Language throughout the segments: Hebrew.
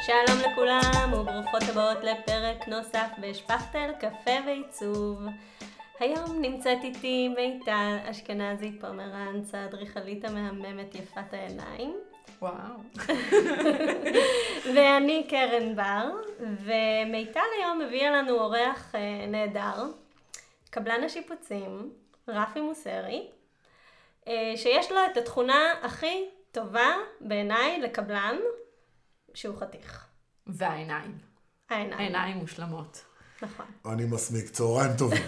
שלום לכולם וברוכות הבאות לפרק נוסף בשפכטל קפה ועיצוב. היום נמצאת איתי מיטל אשכנזי פומרנץ, האדריכלית המהממת יפת העיניים. וואו. ואני קרן בר, ומיטל היום הביאה לנו אורח נהדר, קבלן השיפוצים, רפי מוסרי, שיש לו את התכונה הכי טובה בעיניי לקבלן, שהוא חתיך. והעיניים. העיניים מושלמות. נכון. אני מסמיק, צהריים טובים.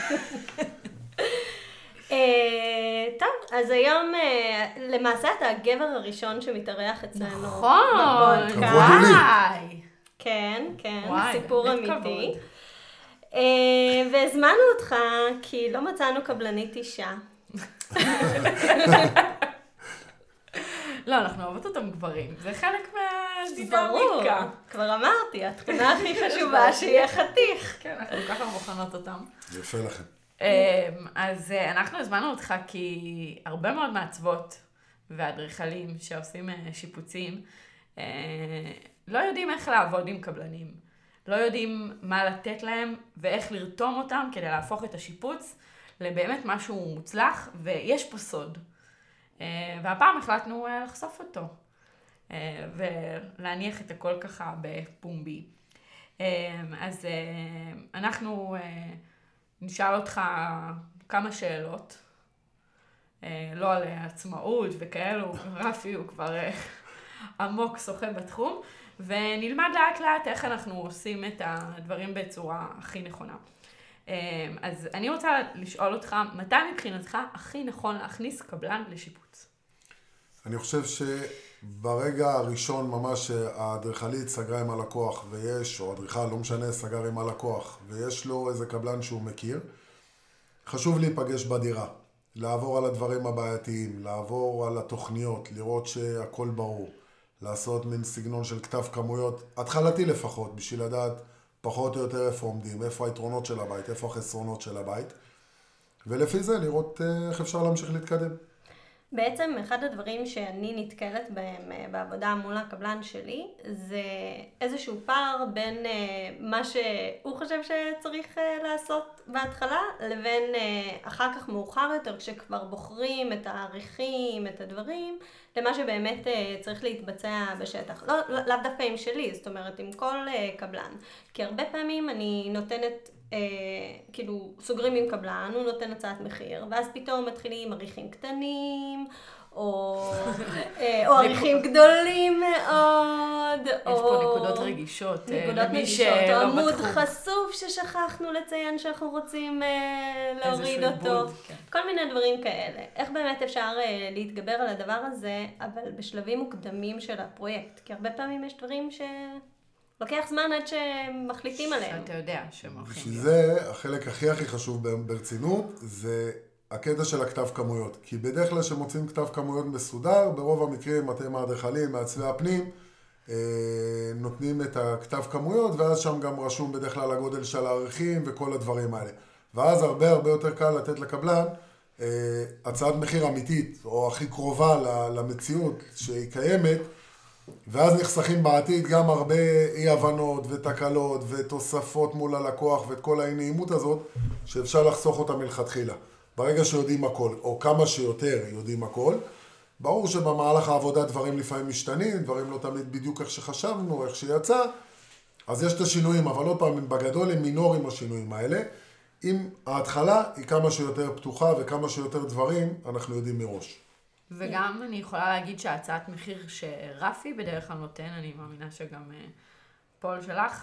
טוב, אז היום למעשה אתה הגבר הראשון שמתארח אצלנו. נכון, כבוד הוא לי. וואי. כן, וואי, סיפור באמת אמיתי. כבוד. והזמנו אותך כי לא מצאנו קבלנית אישה. לא, אנחנו אוהבות אותם גברים, זה חלק ברור, מהדינמיקה. כבר אמרתי, התכונה הכי חשובה שיהיה חתיך. כן, אנחנו ככה בוחנות אותם. יפה לכם. אז אנחנו הזמנו אותך כי הרבה מאוד מעצבות ואדריכלים שעושים שיפוצים לא יודעים איך לעבוד עם קבלנים. לא יודעים מה לתת להם ואיך לרתום אותם כדי להפוך את השיפוץ לבאמת משהו מוצלח, ויש פה סוד. והפעם החלטנו לחשוף אותו ולהניח את הכל ככה בפומבי. אז אנחנו נשאל אותך כמה שאלות, לא על עצמאות וכאלו, רפי הוא כבר עמוק שוחה בתחום, ונלמד לאט לאט איך אנחנו עושים את הדברים בצורה הכי נכונה. אז אני רוצה לשאול אותך, מתי מבחינתך הכי נכון להכניס קבלן לשיפוץ? אני חושב שברגע הראשון ממש האדריכלית סגרה עם הלקוח ויש, או אדריכל, לא משנה, סגר עם הלקוח ויש לו איזה קבלן שהוא מכיר, חשוב להיפגש בדירה, לעבור על הדברים הבעייתיים, לעבור על התוכניות, לראות שהכל ברור, לעשות מין סגנון של כתב כמויות, התחלתי לפחות, בשביל לדעת פחות או יותר איפה עומדים, איפה היתרונות של הבית, איפה החסרונות של הבית, ולפי זה לראות איך אפשר להמשיך להתקדם. בעצם אחד הדברים שאני נתקלת בהם בעבודה מול הקבלן שלי, זה איזשהו פער בין מה שהוא חושב שצריך לעשות בהתחלה, לבין אחר כך מאוחר יותר, כשכבר בוחרים את העריכים, את הדברים, למה שבאמת צריך להתבצע בשטח. לאו דווקא עם שלי, זאת אומרת עם כל קבלן. כי הרבה פעמים אני נותנת, כאילו סוגרים עם קבלן, הוא נותן הצעת מחיר, ואז פתאום מתחילים עריכים קטנים, או עריכים גדולים מאוד, יש פה נקודות רגישות. נקודות רגישות, או עמוד חשוף ששכחנו לציין שאנחנו רוצים להוריד אותו. כל מיני דברים כאלה. איך באמת אפשר להתגבר על הדבר הזה, אבל בשלבים מוקדמים של הפרויקט? כי הרבה פעמים יש דברים לוקח זמן עד שמחליטים עליהם. שאתה יודע שהם הולכים. בשביל זה, החלק הכי חשוב ברצינות, זה הקטע של הכתב כמויות. כי בדרך כלל שמוצאים כתב כמויות מסודר, ברוב המקרים אתם האדריכלים, מעצבי הפנים, נותנים את הכתב כמויות, ואז שם גם רשום בדרך כלל הגודל של הערכים וכל הדברים האלה. ואז הרבה יותר קל לתת לקבלן הצעת מחיר אמיתית, או הכי קרובה למציאות שהיא קיימת, ואז נחסכים בעתיד גם הרבה אי-הבנות ותקלות ותוספות מול הלקוח ואת כל האי-נעימות הזאת שאפשר לחסוך אותה מלכתחילה. ברגע שיודעים הכל, או כמה שיותר יודעים הכל, ברור שבמהלך העבודה דברים לפעמים משתנים, דברים לא תמיד בדיוק איך שחשבנו, איך שיצא, אז יש את השינויים, אבל לא פעמים בגדול הם מינורים השינויים האלה. אם ההתחלה היא כמה שיותר פתוחה וכמה שיותר דברים, אנחנו יודעים מראש. וגם אני יכולה להגיד שההצעת מחיר שרפי בדרך כלל נותן, אני מאמינה שגם פול שלך,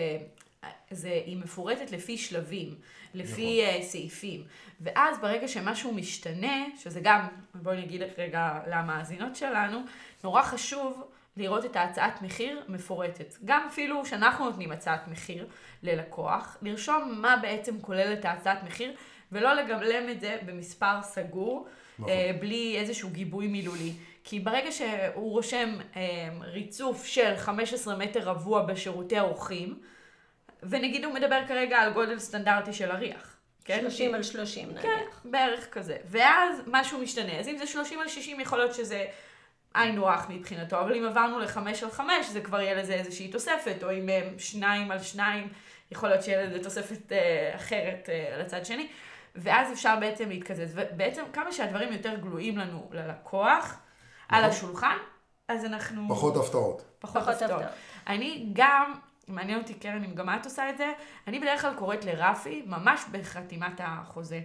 היא מפורטת לפי שלבים, לפי סעיפים. ואז ברגע שמשהו משתנה, שזה גם, בואי נגיד רגע למאזינות שלנו, נורא חשוב לראות את ההצעת מחיר מפורטת. גם אפילו שאנחנו נותנים הצעת מחיר ללקוח, לרשום מה בעצם כולל את ההצעת מחיר, ולא לגמלם את זה במספר סגור, בלי איזשהו גיבוי מילולי. כי ברגע שהוא רושם ריצוף של 15 מטר רבוע בשירותי האורחים, ונגיד הוא מדבר כרגע על גודל סטנדרטי של אריח. 30 על 30 נניח. כן, בערך כזה. ואז משהו משתנה. אז אם זה 30 על 60 יכול להיות שזה היינו רך מבחינתו, אבל אם עברנו ל5 על 5, זה כבר יהיה לזה איזושהי תוספת, או אם 2 על 2, יכול להיות שיהיה לזה תוספת אחרת לצד שני, ואז אפשר בעצם להתקזז. ובעצם כמה שהדברים יותר גלויים לנו ללקוח, על השולחן, אז אנחנו... פחות הפתעות. פחות הפתעות. אני גם, מעניין אותי קרן, אם גם את עושה את זה, אני בדרך כלל קוראת לרפי, ממש בחתימת החוזה.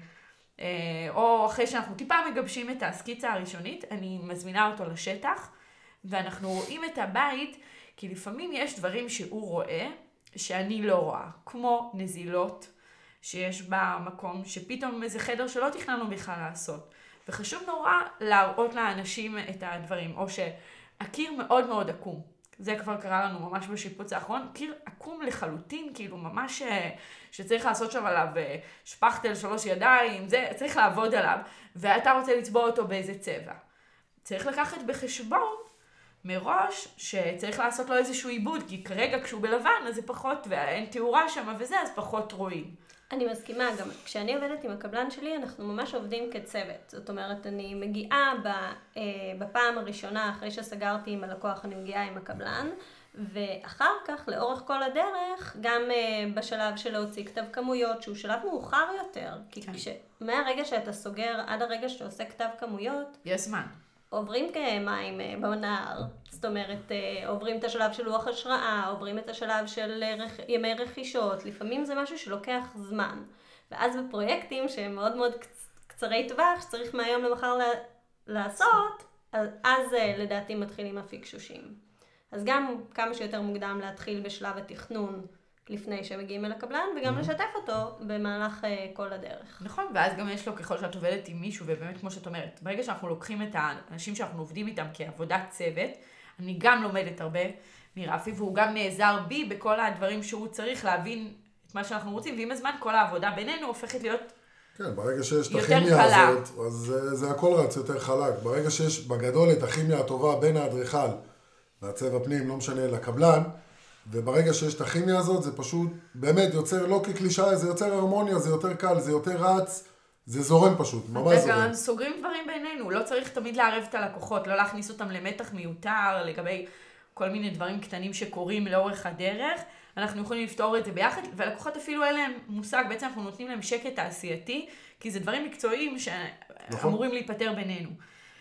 או אחרי שאנחנו טיפה מגבשים את הסקיצה הראשונית, אני מזמינה אותו לשטח, ואנחנו רואים את הבית, כי לפעמים יש דברים שהוא רואה, שאני לא רואה, כמו נזילות, שיש במקום, שפתאום איזה חדר שלא תכננו בכלל לעשות. וחשוב נורא להראות לאנשים את הדברים, או שהקיר מאוד מאוד עקום. זה כבר קרה לנו ממש בשיפוץ האחרון, קיר עקום לחלוטין, כאילו ממש שצריך לעשות שם עליו שפכטל 3 ידיים, זה צריך לעבוד עליו, ואתה רוצה לצבוע אותו באיזה צבע. צריך לקחת בחשבון מראש שצריך לעשות לו איזשהו עיבוד, כי כרגע כשהוא בלבן אז זה פחות, ואין תאורה שם וזה, אז פחות רואים. אני מסכימה, גם כשאני עובדת עם הקבלן שלי, אנחנו ממש עובדים כצוות. זאת אומרת, אני מגיעה בפעם הראשונה, אחרי שסגרתי עם הלקוח, אני מגיעה עם הקבלן, ואחר כך, לאורך כל הדרך, גם בשלב של להוציא כתב כמויות, שהוא שלב מאוחר יותר, כי מהרגע שאתה סוגר עד הרגע שאתה עושה כתב כמויות, יש זמן. עוברים כמים בנהר, זאת אומרת, עוברים את השלב של לוח השראה, עוברים את השלב של ימי רכישות, לפעמים זה משהו שלוקח זמן. ואז בפרויקטים שהם מאוד מאוד קצרי טווח, שצריך מהיום למחר לעשות, אז לדעתי מתחילים הפיקשושים. אז גם כמה שיותר מוקדם להתחיל בשלב התכנון, לפני שמגיעים אל הקבלן, וגם לשתף אותו במהלך כל הדרך. נכון, ואז גם יש לו, ככל שאת עובדת עם מישהו, ובאמת כמו שאת אומרת, ברגע שאנחנו לוקחים את האנשים שאנחנו עובדים איתם כעבודת צוות, אני גם לומדת הרבה מרפי, והוא גם נעזר בי בכל הדברים שהוא צריך להבין את מה שאנחנו רוצים, ועם הזמן כל העבודה בינינו הופכת להיות כן, ברגע שיש את הכימיה הזאת, אז זה הכל רץ יותר חלק. ברגע שיש בגדול את הכימיה הטובה בין האדריכל והצבע פנים, לא משנה, לקבלן, וברגע שיש את הכימיה הזאת, זה פשוט באמת יוצר, לא כקלישה, זה יוצר הרמוניה, זה יותר קל, זה יותר רץ, זה זורם פשוט, ממש זורם. וגם סוגרים דברים בינינו, לא צריך תמיד לערב את הלקוחות, לא להכניס אותם למתח מיותר, לגבי כל מיני דברים קטנים שקורים לאורך הדרך, אנחנו יכולים לפתור את זה ביחד, ולקוחות אפילו אין להם מושג, בעצם אנחנו נותנים להם שקט תעשייתי, כי זה דברים מקצועיים שאמורים להיפטר בינינו.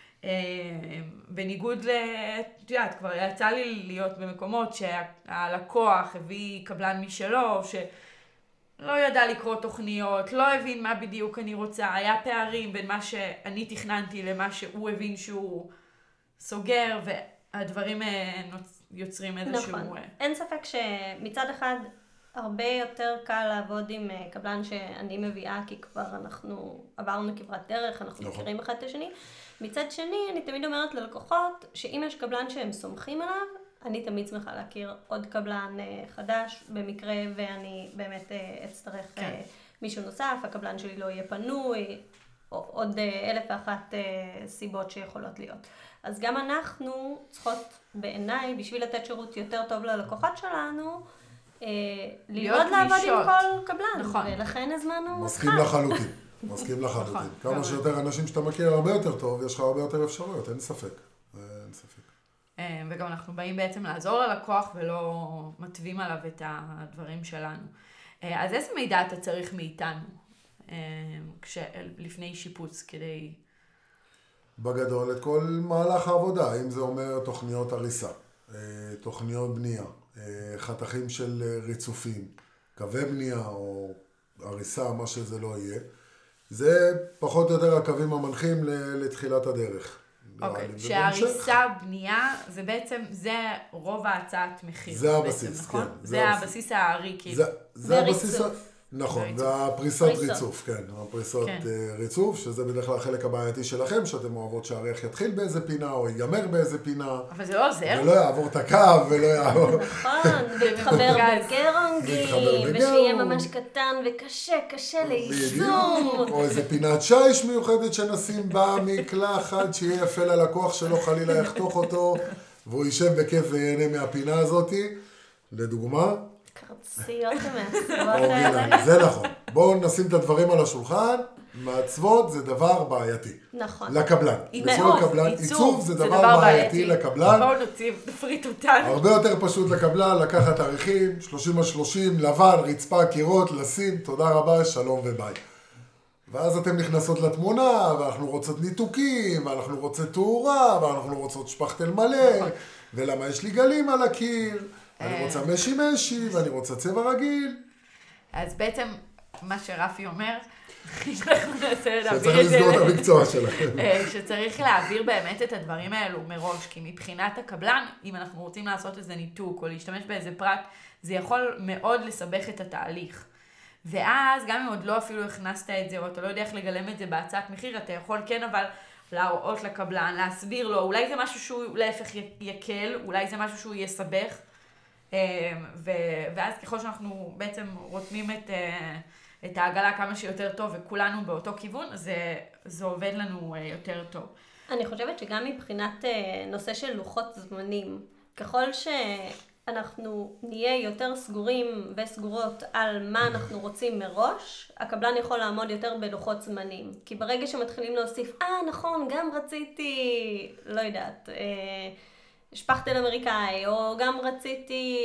בניגוד את יודעת, כבר יצא לי להיות במקומות שהלקוח הביא קבלן משלו, שלא ידע לקרוא תוכניות, לא הבין מה בדיוק אני רוצה, היה פערים בין מה שאני תכננתי למה שהוא הבין שהוא סוגר, והדברים יוצרים איזשהו... נכון, אין ספק שמצד אחד הרבה יותר קל לעבוד עם קבלן שאני מביאה, כי כבר אנחנו עברנו כברת דרך, אנחנו מכירים אחד את השני. מצד שני, אני תמיד אומרת ללקוחות, שאם יש קבלן שהם סומכים עליו, אני תמיד שמחה להכיר עוד קבלן חדש, במקרה ואני באמת אצטרך מישהו נוסף, הקבלן שלי לא יהיה פנוי, או עוד 1001 סיבות שיכולות להיות. אז גם אנחנו צריכות בעיניי, בשביל לתת שירות יותר טוב ללקוחות שלנו, ללמוד לעבוד עם כל קבלן, נכון. ולכן הזמנו אותך. מסכים לחלוטין. כמה שיותר אנשים שאתה מכיר הרבה יותר טוב, יש לך הרבה יותר אפשרויות, אין ספק. וגם אנחנו באים בעצם לעזור ללקוח ולא מטבים עליו את הדברים שלנו. אז איזה מידע אתה צריך מאיתנו לפני שיפוץ כדי... בגדול, את כל מהלך העבודה, אם זה אומר תוכניות הריסה, תוכניות בנייה, חתכים של ריצופים, קווי בנייה או הריסה, מה שזה לא יהיה. זה פחות או יותר הקווים המנחים לתחילת הדרך. אוקיי, שהריסה בנייה, זה בעצם, זה רוב ההצעת מחיר. זה הבסיס, נכון? כן. זה הבסיס הערי, כאילו. זה הבסיס, נכון, והפריסת ריצוף, כן, הפריסות ריצוף, שזה בדרך כלל החלק הבעייתי שלכם, שאתם אוהבות שהריח יתחיל באיזה פינה, או ייגמר באיזה פינה. אבל זה לא עוזר. ולא יעבור את הקו, ולא יעבור... נכון, ולהתחבר בגרונגים, ושיהיה ממש קטן וקשה ליישום. או איזה פינת שיש מיוחדת שנשים בה מקלחת, שיהיה יפה ללקוח שלא חלילה יחתוך אותו, והוא יישב בכיף ויהנה מהפינה הזאת, לדוגמה. קרציות המעצבות האלה. זה נכון. בואו נשים את הדברים על השולחן, מעצבות זה דבר בעייתי. נכון. לקבלן. עיצוב זה דבר בעייתי לקבלן. בואו נפריט אותנו. הרבה יותר פשוט לקבלן, לקחת תאריכים, 30/30, לבן, רצפה, קירות, לשים, תודה רבה, שלום וביי. ואז אתם נכנסות לתמונה, ואנחנו רוצות ניתוקים, ואנחנו רוצות תאורה, ואנחנו רוצות שפכטל מלא, ולמה יש לי גלים על הקיר, אני רוצה משי, ואני רוצה צבע רגיל. אז בעצם מה שרפי אומר, שצריך לסגור את המקצוע שלכם. שצריך להעביר באמת את הדברים האלו מראש, כי מבחינת הקבלן, אם אנחנו רוצים לעשות איזה ניתוק או להשתמש באיזה פרט, זה יכול מאוד לסבך את התהליך. ואז גם אם עוד לא אפילו הכנסת את זה, או אתה לא יודע איך לגלם את זה בהצעת מחיר, אתה יכול כן אבל להראות לקבלן, להסביר לו, אולי זה משהו שהוא להפך יקל, אולי זה משהו שהוא יסבך, ואז ככל שאנחנו בעצם רותמים את העגלה כמה שיותר טוב, וכולנו באותו כיוון, זה עובד לנו יותר טוב. אני חושבת שגם מבחינת נושא של לוחות זמנים, ככל שאנחנו נהיה יותר סגורים וסגורות על מה אנחנו רוצים מראש, הקבלן יכול לעמוד יותר בלוחות זמנים. כי ברגע שמתחילים להוסיף, נכון, גם רציתי, לא יודעת, שפכטל אמריקאי, או גם רציתי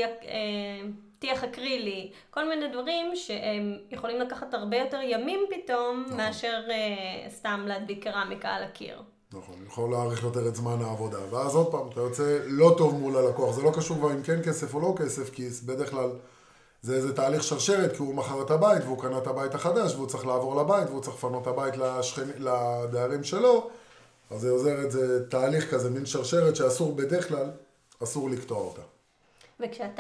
טיח אקרילי, כל מיני דברים שהם יכולים לקחת הרבה יותר ימים פתאום, מאשר סתם להדביק קרמיקה על הקיר. נכון, יכול להאריך יותר את זמן העבודה. ואז עוד פעם, אתה יוצא לא טוב מול הלקוח. זה לא קשור כבר אם כן כסף או לא כסף, כי בדרך כלל זה איזה תהליך שרשרת, כי הוא מכר את הבית והוא קנה את הבית החדש, והוא צריך לעבור לבית, והוא צריך לפנות את הבית לדיירים שלו. אז זה עוזר את זה תהליך כזה, מין שרשרת שאסור בדרך כלל, אסור לקטוע אותה. וכשאתה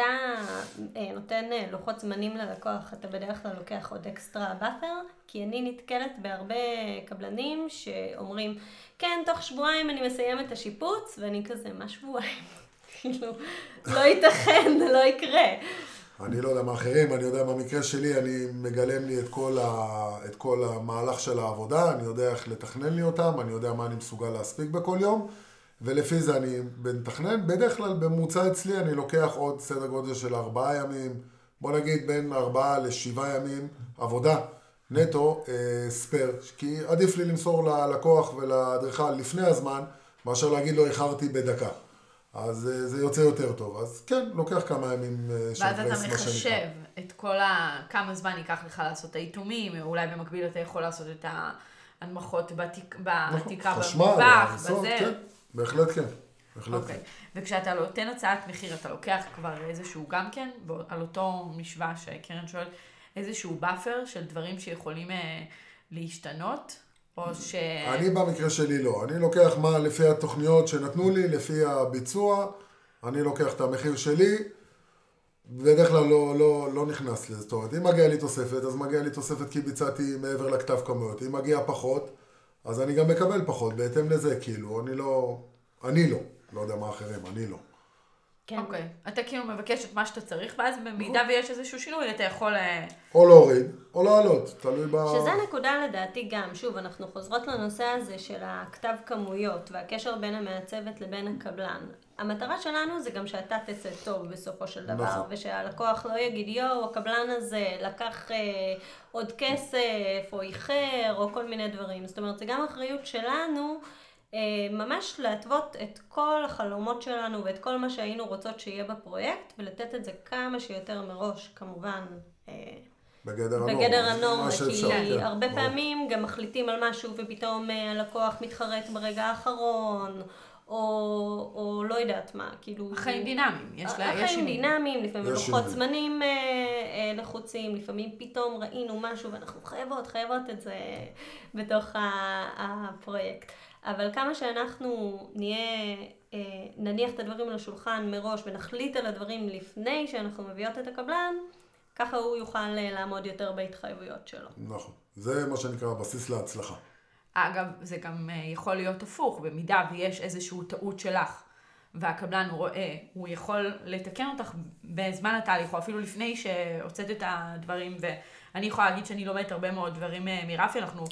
נותן לוחות זמנים ללקוח, אתה בדרך כלל לוקח עוד אקסטרה באפר, כי אני נתקלת בהרבה קבלנים שאומרים, כן, תוך שבועיים אני מסיים את השיפוץ, ואני כזה, מה שבועיים? כאילו, לא ייתכן, לא יקרה. אני לא יודע מה אחרים, אני יודע במקרה שלי, אני מגלם לי את כל המהלך של העבודה, אני יודע איך לתכנן לי אותם, אני יודע מה אני מסוגל להספיק בכל יום, ולפי זה אני מתכנן. בדרך כלל בממוצע אצלי אני לוקח עוד סדר גודל של 4 ימים, בוא נגיד בין 4 ל7 ימים עבודה נטו ספר, כי עדיף לי למסור ללקוח ולאדריכל לפני הזמן, מאשר להגיד לו איחרתי בדקה. אז זה יוצא יותר טוב. אז כן, לוקח כמה ימים של ואז אתה מחשב את כל כמה זמן ייקח לך לעשות את האיתומים, אולי במקביל אתה יכול לעשות את ההנמכות בתקרה במטבח, בזה. כן, בהחלט כן. אוקיי. וכשאתה נותן הצעת מחיר, אתה לוקח כבר איזשהו גם כן, על אותו משוואה שקרן שואלת, איזשהו באפר של דברים שיכולים להשתנות? אני במקרה שלי לא. אני לוקח מה לפי התוכניות שנתנו לי, לפי הביצוע, אני לוקח את המחיר שלי, בדרך כלל לא נכנס לזה. זאת אומרת, אם מגיע לי תוספת, אז מגיע לי תוספת כי ביצעתי מעבר לכתב כמויות. אם מגיע פחות, אז אני גם מקבל פחות, בהתאם לזה, כאילו, אני לא יודע מה אחרים, אני לא. כן. אוקיי. אתה כאילו מבקש את מה שאתה צריך, ואז במידה ויש איזשהו שינוי, אתה יכול או להוריד, או לעלות, תלוי שזה נקודה לדעתי גם. שוב, אנחנו חוזרות לנושא הזה של הכתב כמויות, והקשר בין המעצבת לבין הקבלן. המטרה שלנו זה גם שאתה תצא טוב בסופו של דבר, ושהלקוח לא יגיד, יו, הקבלן הזה לקח עוד כסף, או איחר, או כל מיני דברים. זאת אומרת, זה גם אחריות שלנו, ממש להתוות את כל החלומות שלנו ואת כל מה שהיינו רוצות שיהיה בפרויקט, ולתת את זה כמה שיותר מראש, כמובן, בגדר הנורמה, כי הרבה פעמים גם מחליטים על משהו ופתאום הלקוח מתחרט ברגע האחרון, או לא יודעת מה, כאילו... החיים דינמיים, החיים דינמיים, לפעמים לוחות זמנים לחוצים, לפעמים פתאום ראינו משהו ואנחנו חייבות את זה בתוך הפרויקט. אבל כמה שאנחנו נניח את הדברים על השולחן מראש ונחליט על הדברים לפני שאנחנו מביאות את הקבלן, ככה הוא יוכל לעמוד יותר בהתחייבויות שלו. נכון. זה מה שנקרא בסיס להצלחה. אגב, זה גם יכול להיות הפוך, במידה ויש איזשהו טעות שלך, והקבלן רואה, הוא יכול לתקן אותך בזמן התהליך, או אפילו לפני שהוצאת את הדברים, ואני יכולה להגיד שאני לומדת הרבה מאוד דברים מרפי, אנחנו...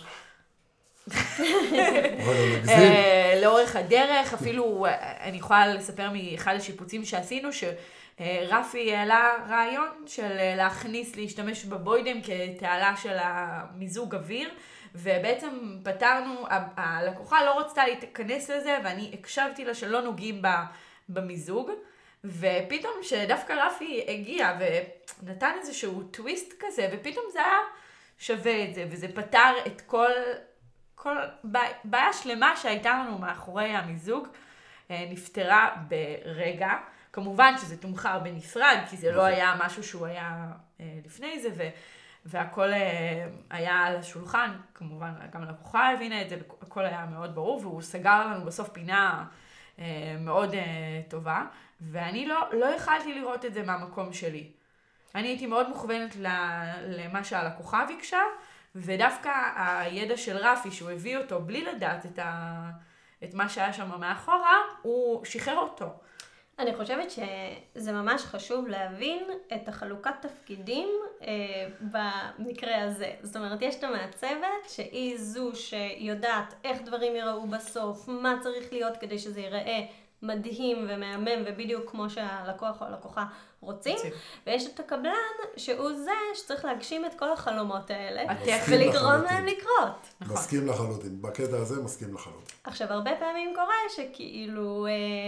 לאורך הדרך, אפילו אני יכולה לספר מאחד השיפוצים שעשינו, רפי העלה רעיון של להשתמש בבוידם כתעלה של המיזוג אוויר, ובעצם פתרנו, הלקוחה לא רצתה להתכנס לזה, ואני הקשבתי לה שלא נוגעים במיזוג, ופתאום שדווקא רפי הגיע ונתן איזשהו טוויסט כזה, ופתאום זה היה שווה את זה, וזה פתר את כל בעיה שלמה שהייתה לנו מאחורי המיזוג, נפתרה ברגע. כמובן שזה תומחר בנפרד, כי זה לא היה משהו שהוא היה לפני זה, והכל היה על השולחן, כמובן גם לקוחה הבינה את זה, הכל היה מאוד ברור, והוא סגר לנו בסוף פינה מאוד טובה, ואני לא יכלתי לראות את זה מהמקום שלי. אני הייתי מאוד מוכוונת למה שהלקוחה ביקשה, ודווקא הידע של רפי, שהוא הביא אותו בלי לדעת את מה שהיה שם מאחורה, הוא שחרר אותו. אני חושבת שזה ממש חשוב להבין את החלוקת תפקידים במקרה הזה. זאת אומרת, יש את המעצבת שהיא זו שיודעת איך דברים ייראו בסוף, מה צריך להיות כדי שזה ייראה מדהים ומהמם ובדיוק כמו שהלקוח או הלקוחה רוצים. ויש את הקבלן שהוא זה שצריך להגשים את כל החלומות האלה ולגרום להם לקרות. מסכים לחלוטין. בקטע הזה מסכים לחלוטין. עכשיו, הרבה פעמים קורה שכאילו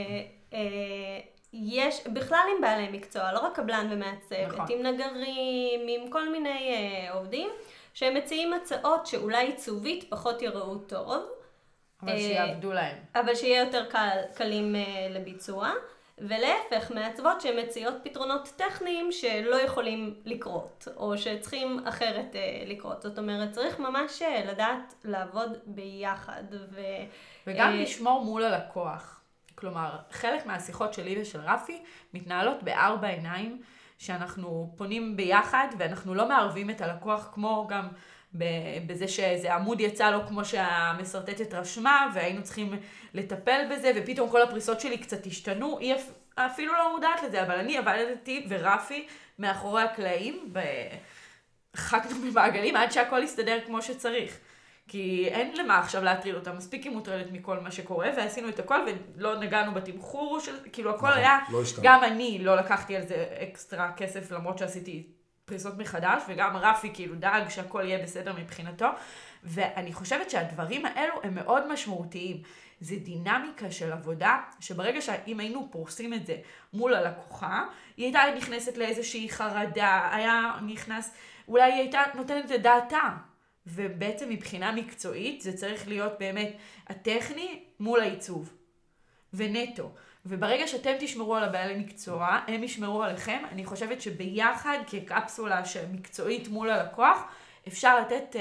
יש בכלל עם בעלי מקצוע, לא רק קבלן ומעצבת, עם נגרים, עם כל מיני עובדים, שהם מציעים הצעות שאולי עיצובית פחות יראו טוב. אבל שיעבדו להם. אבל שיהיה יותר קלים לביצוע. ולהפך, מעצבות שהן מציעות פתרונות טכניים שלא יכולים לקרות, או שצריכים אחרת לקרות. זאת אומרת, צריך ממש לדעת לעבוד ביחד. וגם לשמור מול הלקוח. כלומר, חלק מהשיחות שלי ושל רפי מתנהלות בארבע עיניים, שאנחנו פונים ביחד, ואנחנו לא מערבים את הלקוח כמו גם בזה שזה עמוד יצא לו כמו שהמסרטטת רשמה, והיינו צריכים לטפל בזה, ופתאום כל הפריסות שלי קצת השתנו, היא אפילו לא מודעת לזה, אבל אני עבדתי ורפי מאחורי הקלעים, וחקנו במעגלים עד שהכל יסתדר כמו שצריך. כי אין למה עכשיו להטריד אותה, מספיק היא מוטרדת מכל מה שקורה, ועשינו את הכל ולא נגענו בתמחור של, כאילו הכל היה, גם אני לא לקחתי על זה אקסטרה כסף למרות שעשיתי פריסות מחדש, וגם רפי כאילו דאג שהכל יהיה בסדר מבחינתו, ואני חושבת שהדברים האלו הם מאוד משמעותיים. זה דינמיקה של עבודה, שברגע שאם היינו פורסים את זה מול הלקוחה, היא הייתה נכנסת לאיזושהי חרדה, היה נכנס, אולי היא הייתה נותנת את דעתה, ובעצם מבחינה מקצועית זה צריך להיות באמת הטכני מול העיצוב, ונטו. וברגע שאתם תשמרו על הבעלי מקצוע, הם ישמרו עליכם. אני חושבת שביחד, כקפסולה מקצועית מול הלקוח, אפשר לתת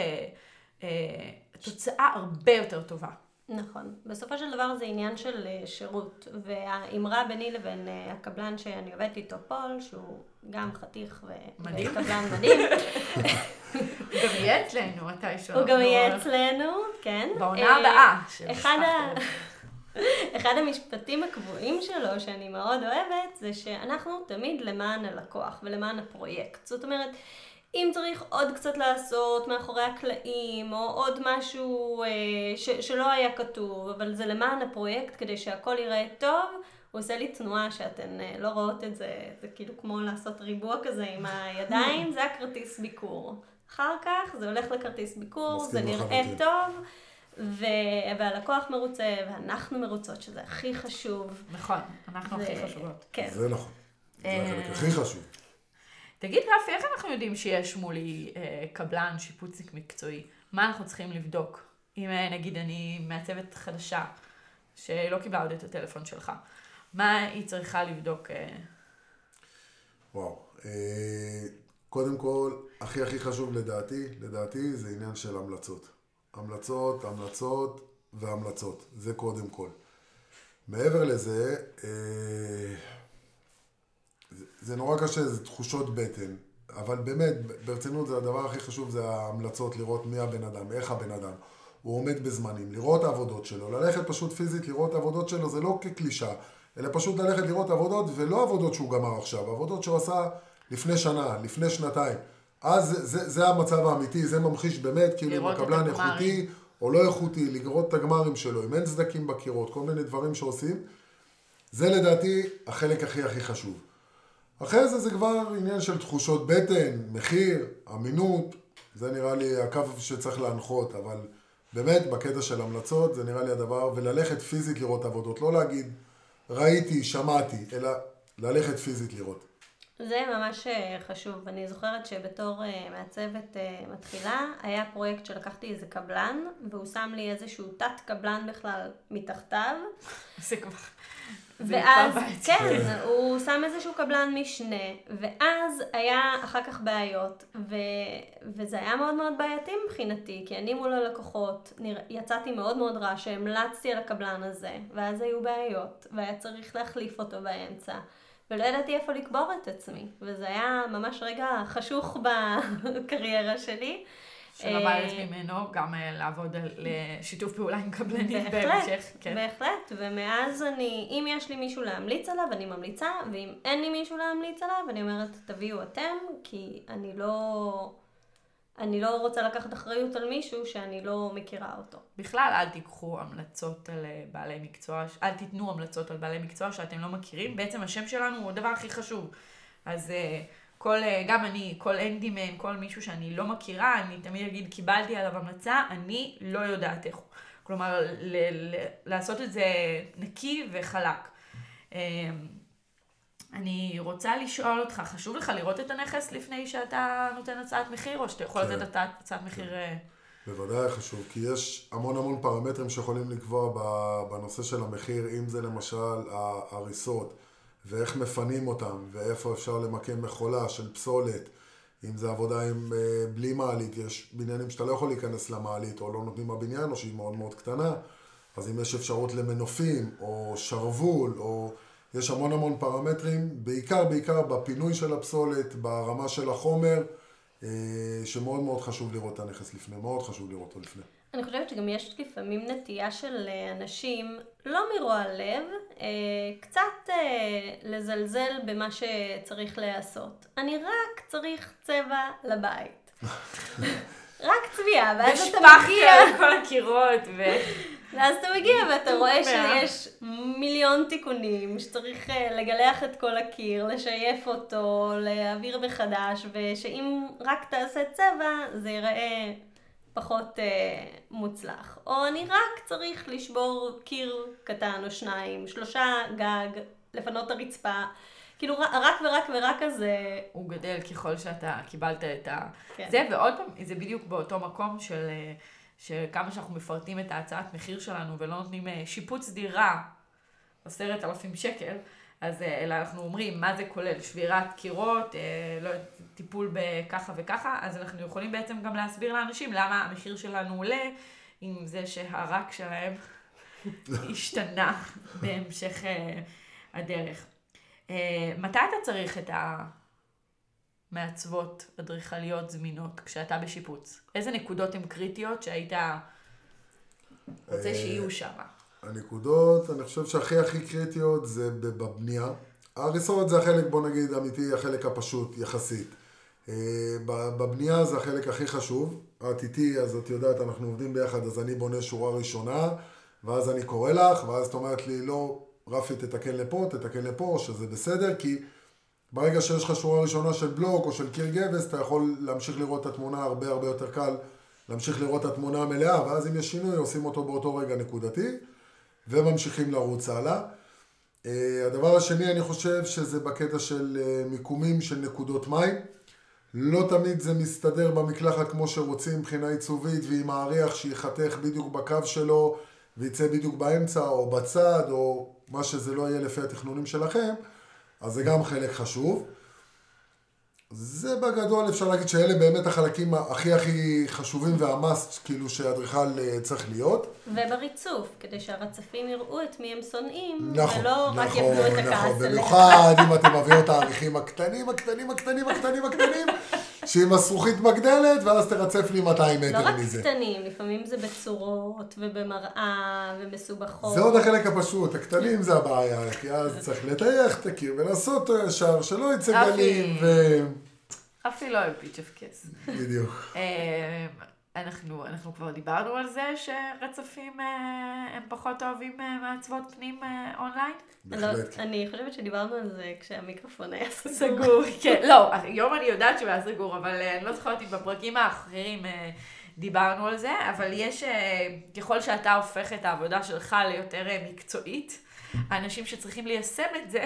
תוצאה הרבה יותר טובה. נכון. בסופו של דבר זה עניין של שירות, והאמרה ביני לבין הקבלן שאני עובדת איתו פול, שהוא גם חתיך וקבלן מדהים. הוא גם יהיה אצלנו, מתישהו. הוא גם יהיה אצלנו, כן. בעונה הבאה. אחד המשפטים הקבועים שלו, שאני מאוד אוהבת, זה שאנחנו תמיד למען הלקוח ולמען הפרויקט. זאת אומרת, אם צריך עוד קצת לעשות מאחורי הקלעים, או עוד משהו שלא היה כתוב, אבל זה למען הפרויקט כדי שהכל ייראה טוב, הוא עושה לי תנועה שאתן לא רואות את זה, זה כאילו כמו לעשות ריבוע כזה עם הידיים, זה הכרטיס ביקור. אחר כך זה הולך לכרטיס ביקור, זה נראה טוב, והלקוח מרוצה, ואנחנו מרוצות, שזה הכי חשוב. נכון, אנחנו הכי חשובות. כן. זה נכון, זה החלק הכי חשוב. תגיד רפי, איך אנחנו יודעים שיש מולי קבלן, שיפוצניק מקצועי? מה אנחנו צריכים לבדוק? אם נגיד אני מעצבת חדשה, שלא קיבלה עוד את הטלפון שלך, מה היא צריכה לבדוק? וואו, קודם כל, הכי חשוב לדעתי זה עניין של המלצות. המלצות והמלצות, זה קודם כל. מעבר לזה, זה נורא קשה, זה תחושות בטן, אבל באמת, ברצינות זה הדבר הכי חשוב, זה ההמלצות, לראות מי הבן אדם, איך הבן אדם, הוא עומד בזמנים, לראות העבודות שלו, ללכת פשוט פיזית, לראות העבודות שלו, זה לא כקלישה, אלא פשוט ללכת לראות עבודות, ולא עבודות שהוא גמר עכשיו, עבודות שהוא עשה לפני שנה, לפני שנתיים. אז זה המצב האמיתי, זה ממחיש באמת, כאילו אם הקבלן איכותי או לא איכותי, לראות את הגמרים שלו, אם אין צדקים בקירות, כל מיני דברים שעושים, זה לדעתי החלק הכי חשוב. אחרי זה כבר עניין של תחושות בטן, מחיר, אמינות, זה נראה לי הקו שצריך להנחות, אבל באמת בקטע של המלצות זה נראה לי הדבר, וללכת פיזית לראות עבודות, לא להגיד ראיתי, שמעתי, אלא ללכת פיזית לראות. זה ממש חשוב. אני זוכרת שבתור מעצבת מתחילה, היה פרויקט שלקחתי איזה קבלן, והוא שם לי איזשהו תת קבלן בכלל מתחתיו. זה כבר... ואז, כן, הוא שם איזשהו קבלן משנה, ואז היה אחר כך בעיות, וזה היה מאוד מאוד בעייתי מבחינתי, כי אני מול הלקוחות, יצאתי מאוד מאוד רע שהמלצתי על הקבלן הזה, ואז היו בעיות, והיה צריך להחליף אותו באמצע, ולא ידעתי איפה לקבור את עצמי, וזה היה ממש רגע חשוך בקריירה שלי. שלמדת ממנו גם לעבוד על שיתוף פעולה עם קבלנים בהמשך. בהחלט, ומאז אם יש לי מישהו להמליץ עליו, אני ממליצה, ואם אין לי מישהו להמליץ עליו, אני אומרת, תביאו אתם, כי אני לא רוצה לקחת אחריות על מישהו שאני לא מכירה אותו. בכלל, אל תיקחו המלצות על בעלי מקצוע, אל תיתנו המלצות על בעלי מקצוע שאתם לא מכירים. בעצם השם שלנו הוא הדבר הכי חשוב. אז גם אני, כל אנדימן, כל מישהו שאני לא מכירה, אני תמיד אגיד, קיבלתי עליו המלצה, אני לא יודעת איך. כלומר, לעשות את זה נקי וחלק. אני רוצה לשאול אותך, חשוב לך לראות את הנכס לפני שאתה נותן הצעת מחיר, או שאתה יכול לתת הצעת מחיר? בוודאי חשוב, כי יש המון פרמטרים שיכולים לקבוע בנושא של המחיר, אם זה למשל ההריסות, ואיך מפנים אותם, ואיפה אפשר למקם מחולה של פסולת, אם זה עבודה בלי מעלית, יש בניינים שאתה לא יכול להיכנס למעלית, או לא נותנים בבניין, או שהיא מאוד מאוד קטנה, אז אם יש אפשרות למנופים, או שרוול, או יש המון פרמטרים, בעיקר בפינוי של הפסולת, ברמה של החומר, שמאוד מאוד חשוב לראות את הנכס לפני, מאוד חשוב לראות אותו לפני. אני חושבת שגם יש לפעמים נטייה של אנשים, לא מרוע לב, קצת לזלזל במה שצריך לעשות. אני רק צריך צבע לבית. רק צביעה, ואז אתה מגיע... ושפחת כל הקירות ואז אתה מגיע ואתה רואה שיש מיליון תיקונים, שצריך לגלח את כל הקיר, לשייף אותו, להעביר מחדש, ושאם רק תעשה צבע, זה ייראה פחות מוצלח. או אני רק צריך לשבור קיר קטן או שניים, 3 גג, לפנות את הרצפה. כאילו רק ורק הזה... הוא גדל ככל שאתה קיבלת את זה, ועוד פעם, זה בדיוק באותו מקום של כמה שאנחנו מפרטים את ההצעת מחיר שלנו, ולא נותנים שיפוץ דירה, 10,000 שקל, אז אלא אנחנו אומרים מה זה כולל, שבירת קירות, טיפול בככה וככה, אז אנחנו יכולים בעצם גם להסביר לאנשים למה המחיר שלנו עולה, עם זה שהרק שלהם השתנה בהמשך הדרך. מתי אתה צריך את המעצבות אדריכליות זמינות כשאתה בשיפוץ? איזה נקודות הן קריטיות שהיית רוצה שיהיו שם? הנקודות, אני חושב שהכי קריטיות זה בבנייה. ההריסות זה החלק, בוא נגיד, אמיתי, החלק הפשוט יחסית. בבנייה זה החלק הכי חשוב. את איתי, אז את יודעת, אנחנו עובדים ביחד, אז אני בונה שורה ראשונה, ואז אני קורא לך, ואז את אומרת לי, לא, רפי, תתקן לפה, שזה בסדר, כי ברגע שיש לך שורה ראשונה של בלוק או של קיר גבס, אתה יכול להמשיך לראות את התמונה הרבה יותר קל, להמשיך לראות את התמונה המלאה, ואז אם יש שינוי, עושים אותו באותו רגע נקודתי, וממשיכים לרוץ הלאה. הדבר השני, אני חושב שזה בקטע של מיקומים של נקודות מים. לא תמיד זה מסתדר במקלחת כמו שרוצים מבחינה עיצובית, ועם העריך שיחתך בדיוק בקו שלו, ויצא בדיוק באמצע או בצד, או מה שזה לא יהיה לפי התכנונים שלכם, אז זה גם חלק חשוב. זה בגדול, אפשר להגיד שאלה באמת החלקים הכי חשובים והמאסט, כאילו שהאדריכל צריך להיות. ובריצוף, כדי שהרצפים יראו את מי הם שונאים, נכון, ולא רק יפנו את הכעס עליך. במיוחד אם אתם מביאו את העריכים הקטנים, שעם הזכוכית מגדלת, ואז תרצף לי 200 מטר מזה. לא רק קטנים, לפעמים זה בצורות ובמראה ומסובכות. זה עוד החלק הפשוט, הקטנים זה הבעיה, כי אז צריך לטייח את הקיר ולעשות ישר, שלא יצא גלים אפי לא אוהב פיץ' אוף קס. בדיוק. אנחנו כבר דיברנו על זה שרצפים הם פחות אוהבים מעצבות פנים אונליין? בהחלט. אני חושבת שדיברנו על זה כשהמיקרופון היה סגור. סגור, כן. לא, היום אני יודעת שהוא היה סגור, אבל אני לא זוכרת אם בפרקים האחרים דיברנו על זה, אבל יש, ככל שאתה הופך את העבודה שלך ליותר מקצועית, האנשים שצריכים ליישם את זה,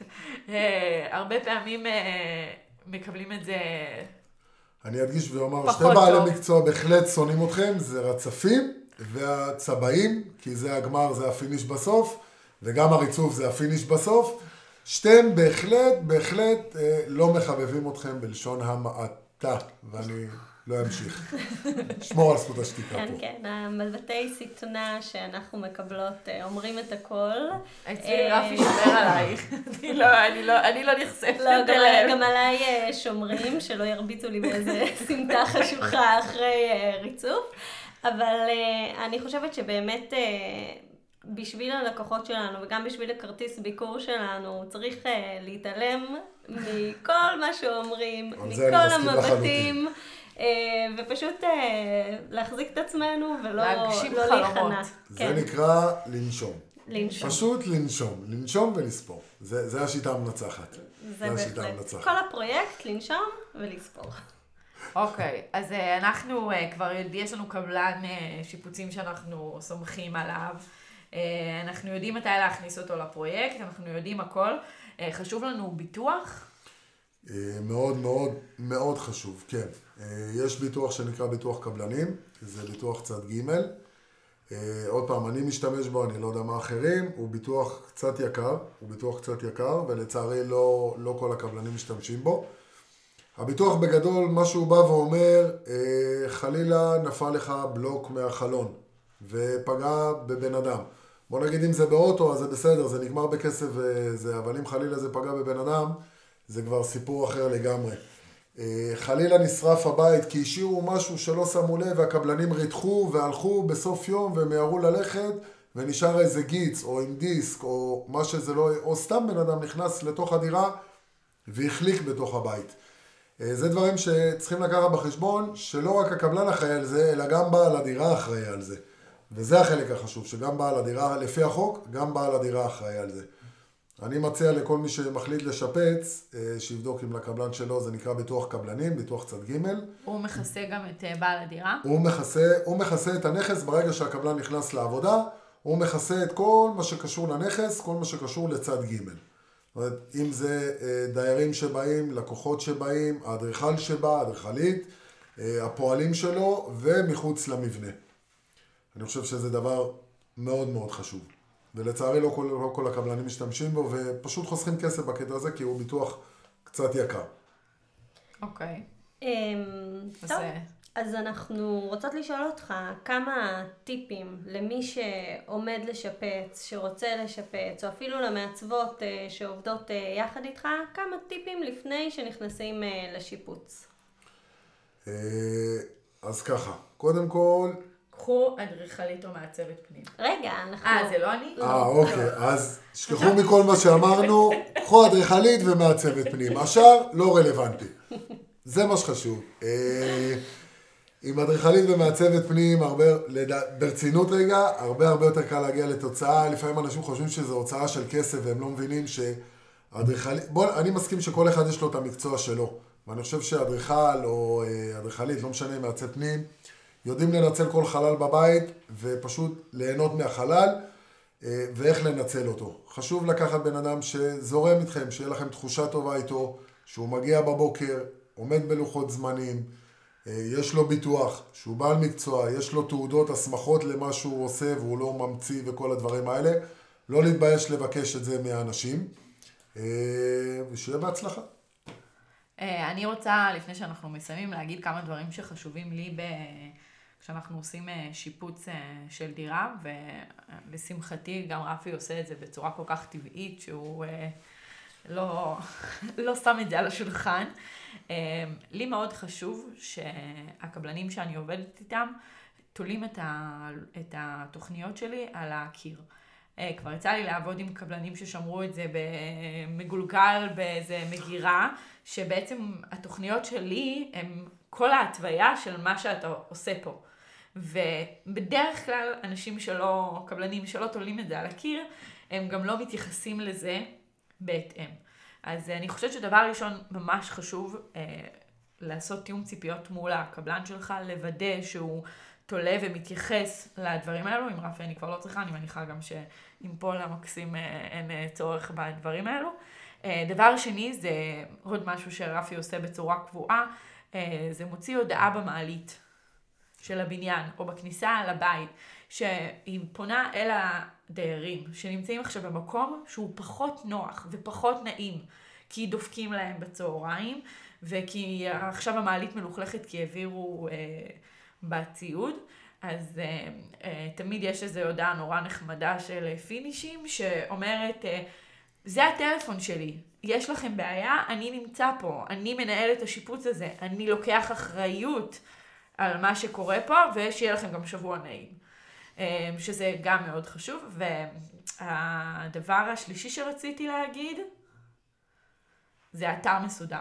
הרבה פעמים מקבלים את זה אני אדגיש ואומר, פחות שתי בעלי טוב. מקצוע בהחלט שונאים אתכם, זה רצפים והצבעים, כי זה הגמר, זה הפיניש בסוף, וגם הריצוף זה הפיניש בסוף. שתיהם בהחלט לא מחבבים אתכם בלשון המעטה, ואני לא אמשיך. שמור על זכות השתיקה כן, פה. כן, המלבטי סיטונה שאנחנו מקבלות אומרים את הכל. אצלי רפי שומר עלייך, אני לא נחשפת לא, אליהם. גם עליי שומרים, שלא ירביצו לי באיזה סמטה חשוכה אחרי ריצוף. אבל אני חושבת שבאמת בשביל הלקוחות שלנו וגם בשביל הכרטיס ביקור שלנו צריך להתעלם מכל מה שאומרים, מכל המבטים. ופשוט להחזיק את עצמנו ולא להיכנע. זה נקרא לנשום. לנשום. פשוט לנשום ולספור. זה השיטה המנצחת. זה בהחלט. כל הפרויקט, לנשום ולספור. אוקיי, אז אנחנו כבר, יש לנו קבלן שיפוצים שאנחנו סומכים עליו. אנחנו יודעים מתי להכניס אותו לפרויקט, אנחנו יודעים הכל. חשוב לנו ביטוח? מאוד מאוד מאוד חשוב, כן. יש ביטוח שנקרא ביטוח קבלנים, זה ביטוח צד ג'. עוד פעם, אני משתמש בו, אני לא יודע מה אחרים, הוא ביטוח קצת יקר, ולצערי לא כל הקבלנים משתמשים בו. הביטוח בגדול, מה שהוא בא ואומר, חלילה נפל לך בלוק מהחלון, ופגע בבן אדם. בוא נגיד אם זה באוטו, אז זה בסדר, זה נגמר בכסף וזה, אבל אם חלילה זה פגע בבן אדם, זה כבר סיפור אחר לגמרי. חלילה נשרף הבית כי השאירו משהו שלא שמו לב, והקבלנים ריתחו והלכו בסוף יום והם יערו ללכת, ונשאר איזה גיץ או עם דיסק או מה שזה לא, או סתם בן אדם נכנס לתוך הדירה והחליק בתוך הבית. זה דברים שצריכים לקחת בחשבון, שלא רק הקבלן אחראי על זה, אלא גם בעל הדירה אחראי על זה. וזה החלק החשוב, שגם בעל הדירה, לפי החוק, גם בעל הדירה אחראי על זה. אני מציע לכל מי שמחליט לשפץ, שיבדוק אם לקבלן שלו, זה נקרא ביטוח קבלנים, ביטוח צד ג'. הוא מכסה גם את בעל הדירה? הוא מכסה את הנכס ברגע שהקבלן נכנס לעבודה, הוא מכסה את כל מה שקשור לנכס, כל מה שקשור לצד ג'. זאת אומרת, אם זה דיירים שבאים, לקוחות שבאים, האדריכל שבא, האדריכלית, הפועלים שלו ומחוץ למבנה. אני חושב שזה דבר מאוד מאוד חשוב. ולצערי לא כל הקבלנים משתמשים בו, ופשוט חוסכים כסף בקטע הזה, כי הוא ביטוח קצת יקר. אוקיי. טוב, אז אנחנו רוצות לשאול אותך כמה טיפים למי שעומד לשפץ, שרוצה לשפץ, או אפילו למעצבות שעובדות יחד איתך, כמה טיפים לפני שנכנסים לשיפוץ. אז ככה, קודם כל... קחו אדריכלית או מעצבת פנים. רגע, אנחנו... זה לא אני? אוקיי, אז שכחו מכל מה שאמרנו, קחו אדריכלית ומעצבת פנים. השאר לא רלוונטי. זה מה שחשוב. עם אדריכלית ומעצבת פנים, ברצינות רגע, הרבה יותר קל להגיע לתוצאה. לפעמים אנשים חושבים שזו הוצאה של כסף והם לא מבינים שאדריכלית... אני מסכים שכל אחד יש לו את המקצוע שלו. ואני חושב שאדריכל או אדריכלית, לא משנה מעצב פנים, יודעים לנצל כל חלל בבית ופשוט ליהנות מהחלל ואיך לנצל אותו. חשוב לקחת בן אדם שזורם איתכם, שיהיה לכם תחושה טובה איתו, שהוא מגיע בבוקר, עומד בלוחות זמנים, יש לו ביטוח, שהוא בעל מקצוע, יש לו תעודות, הסמכות למה שהוא עושה והוא לא ממציא וכל הדברים האלה. לא להתבייש לבקש את זה מהאנשים, ושיהיה בהצלחה. אני רוצה, לפני שאנחנו מסיימים, להגיד כמה דברים שחשובים לי כשאנחנו עושים שיפוץ של דירה, ולשמחתי גם רפי עושה את זה בצורה כל כך טבעית, שהוא לא שם את זה על השולחן. לי מאוד חשוב שהקבלנים שאני עובדת איתם, תולים את התוכניות שלי על הקיר. כבר יצא לי לעבוד עם קבלנים ששמרו את זה במגולגל באיזה מגירה, שבעצם התוכניות שלי הם כל ההתוויה של מה שאתה עושה פה. ובדרך כלל קבלנים שלא תולים את זה על הקיר, הם גם לא מתייחסים לזה בהתאם. אז אני חושבת שדבר ראשון ממש חשוב לעשות תיאום ציפיות מול הקבלן שלך, לוודא שהוא תולה ומתייחס לדברים האלו. עם רפי אני כבר לא צריכה, אני מניחה גם שעם פול המקסים אין צורך בדברים האלו. דבר שני, זה עוד משהו שרפי עושה בצורה קבועה, זה מוציא הודעה במעלית של הבניין או בכניסה לבית, שהיא פונה אל הדיירים שנמצאים עכשיו במקום שהוא פחות נוח ופחות נעים, כי דופקים להם בצהריים, וכי עכשיו המעלית מלוכלכת כי העבירו בציוד. אז תמיד יש איזו הודעה נורא נחמדה של פינישים שאומרת, זה הטלפון שלי, יש לכם בעיה, אני נמצא פה, אני מנהל את השיפוץ הזה, אני לוקח אחריות על מה שקורה פה, ושיהיה לכם גם שבוע נעים. שזה גם מאוד חשוב. והדבר השלישי שרציתי להגיד, זה אתר מסודר.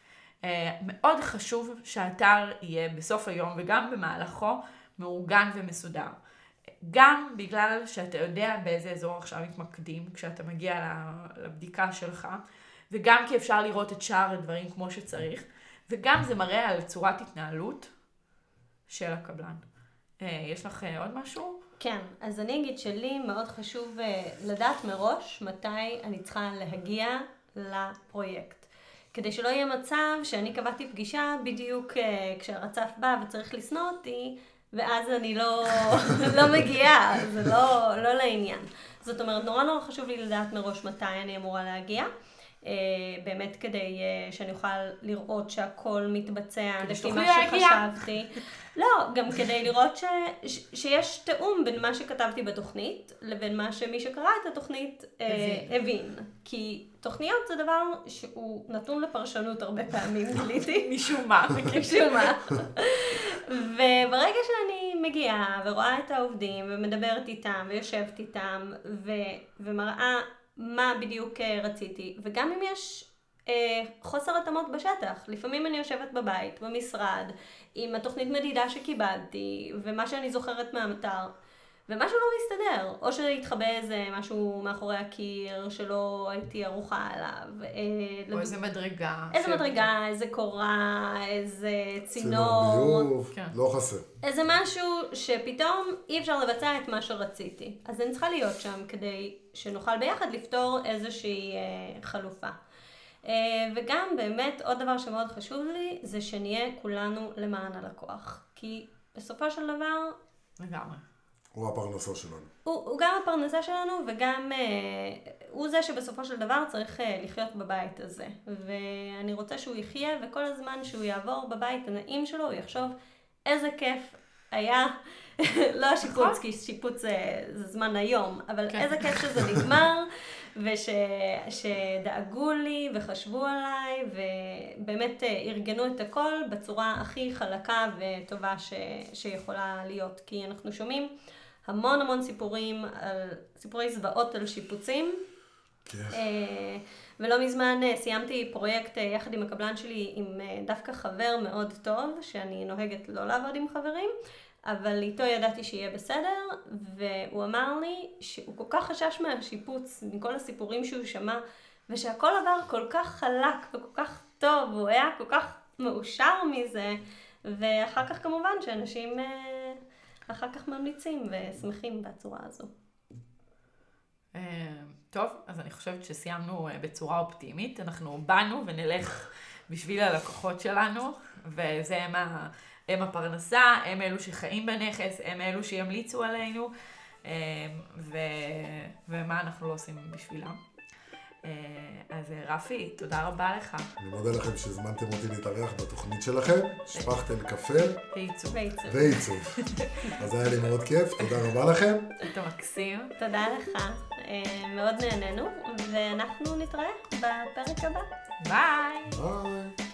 מאוד חשוב שהאתר יהיה בסוף היום וגם במהלכו מאורגן ומסודר. גם בגלל שאתה יודע באיזה אזור עכשיו מתמקדים כשאתה מגיע לבדיקה שלך, וגם כי אפשר לראות את שאר הדברים כמו שצריך, וגם זה מראה על צורת התנהלות של הקבלן. יש לך עוד משהו? כן, אז אני אגיד שלי מאוד חשוב לדעת מראש מתי אני צריכה להגיע לפרויקט. כדי שלא יהיה מצב שאני קבעתי פגישה בדיוק כשהרצף בא וצריך לסנוע אותי, ואז אני לא מגיעה, זה לא לעניין. זאת אומרת, נורא חשוב לי לדעת מראש מתי אני אמורה להגיע. באמת כדי שאני אוכל לראות שהכל מתבצע לפי מה שחשבתי. לא, גם כדי לראות שיש תאום בין מה שכתבתי בתוכנית לבין מה שמי שקרא את התוכנית הבין. כי תוכניות זה דבר שהוא נתון לפרשנות הרבה פעמים, גיליתי. משום מה. משום מה. וברגע שאני מגיעה ורואה את העובדים ומדברת איתם ויושבת איתם ומראה מה בדיוק רציתי, וגם אם יש חוסר התאמות בשטח, לפעמים אני יושבת בבית, במשרד, עם התוכנית מדידה שקיבלתי, ומה שאני זוכרת מהמטר, ומשהו לא מסתדר, או שהתחבא איזה משהו מאחורי הקיר שלא הייתי ערוכה עליו. או איזה מדרגה. איזה מדרגה, איזה קורה, איזה צינור. ביוב, לא חסר. איזה משהו שפתאום אי אפשר לבצע את מה שרציתי. אז אני צריכה להיות שם כדי שנוכל ביחד לפתור איזושהי חלופה. וגם באמת עוד דבר שמאוד חשוב לי, זה שנהיה כולנו למען הלקוח. כי בסופו של דבר... לגמרי. הוא הפרנסה שלנו. הוא גם הפרנסה שלנו, וגם הוא זה שבסופו של דבר צריך לחיות בבית הזה. ואני רוצה שהוא יחיה, וכל הזמן שהוא יעבור בבית הנעים שלו, הוא יחשוב איזה כיף היה, לא השיפוץ, כי שיפוץ זה זמן היום, אבל איזה כיף שזה נגמר, ושדאגו לי וחשבו עליי, ובאמת ארגנו את הכל בצורה הכי חלקה וטובה שיכולה להיות. כי אנחנו שומעים המון סיפורים, סיפורי זוועות על שיפוצים. ולא מזמן סיימתי פרויקט יחד עם הקבלן שלי עם דווקא חבר מאוד טוב, שאני נוהגת לא לעבוד עם חברים, אבל איתו ידעתי שיהיה בסדר, והוא אמר לי שהוא כל כך חשש מהשיפוץ, מכל הסיפורים שהוא שמע, ושהכל עבר כל כך חלק וכל כך טוב, הוא היה כל כך מאושר מזה, ואחר כך כמובן שאנשים אחר כך ממליצים ושמחים בצורה הזו. טוב, אז אני חושבת שסיימנו בצורה אופטימית. אנחנו באנו ונלך בשביל הלקוחות שלנו, וזה הם הפרנסה, הם אלו שחיים בנכס, הם אלו שימליצו עלינו, ומה אנחנו לא עושים בשבילם. אז רפי, תודה רבה לך. אני מודה לכם שהזמנתם אותי להתארח בתוכנית שלכם, שפכטל קפה ועיצוב. אז היה לי מאוד כיף, תודה רבה לכם. אתה מקסים. תודה לך, מאוד נהנינו, ואנחנו נתראה בפרק הבא. ביי. ביי.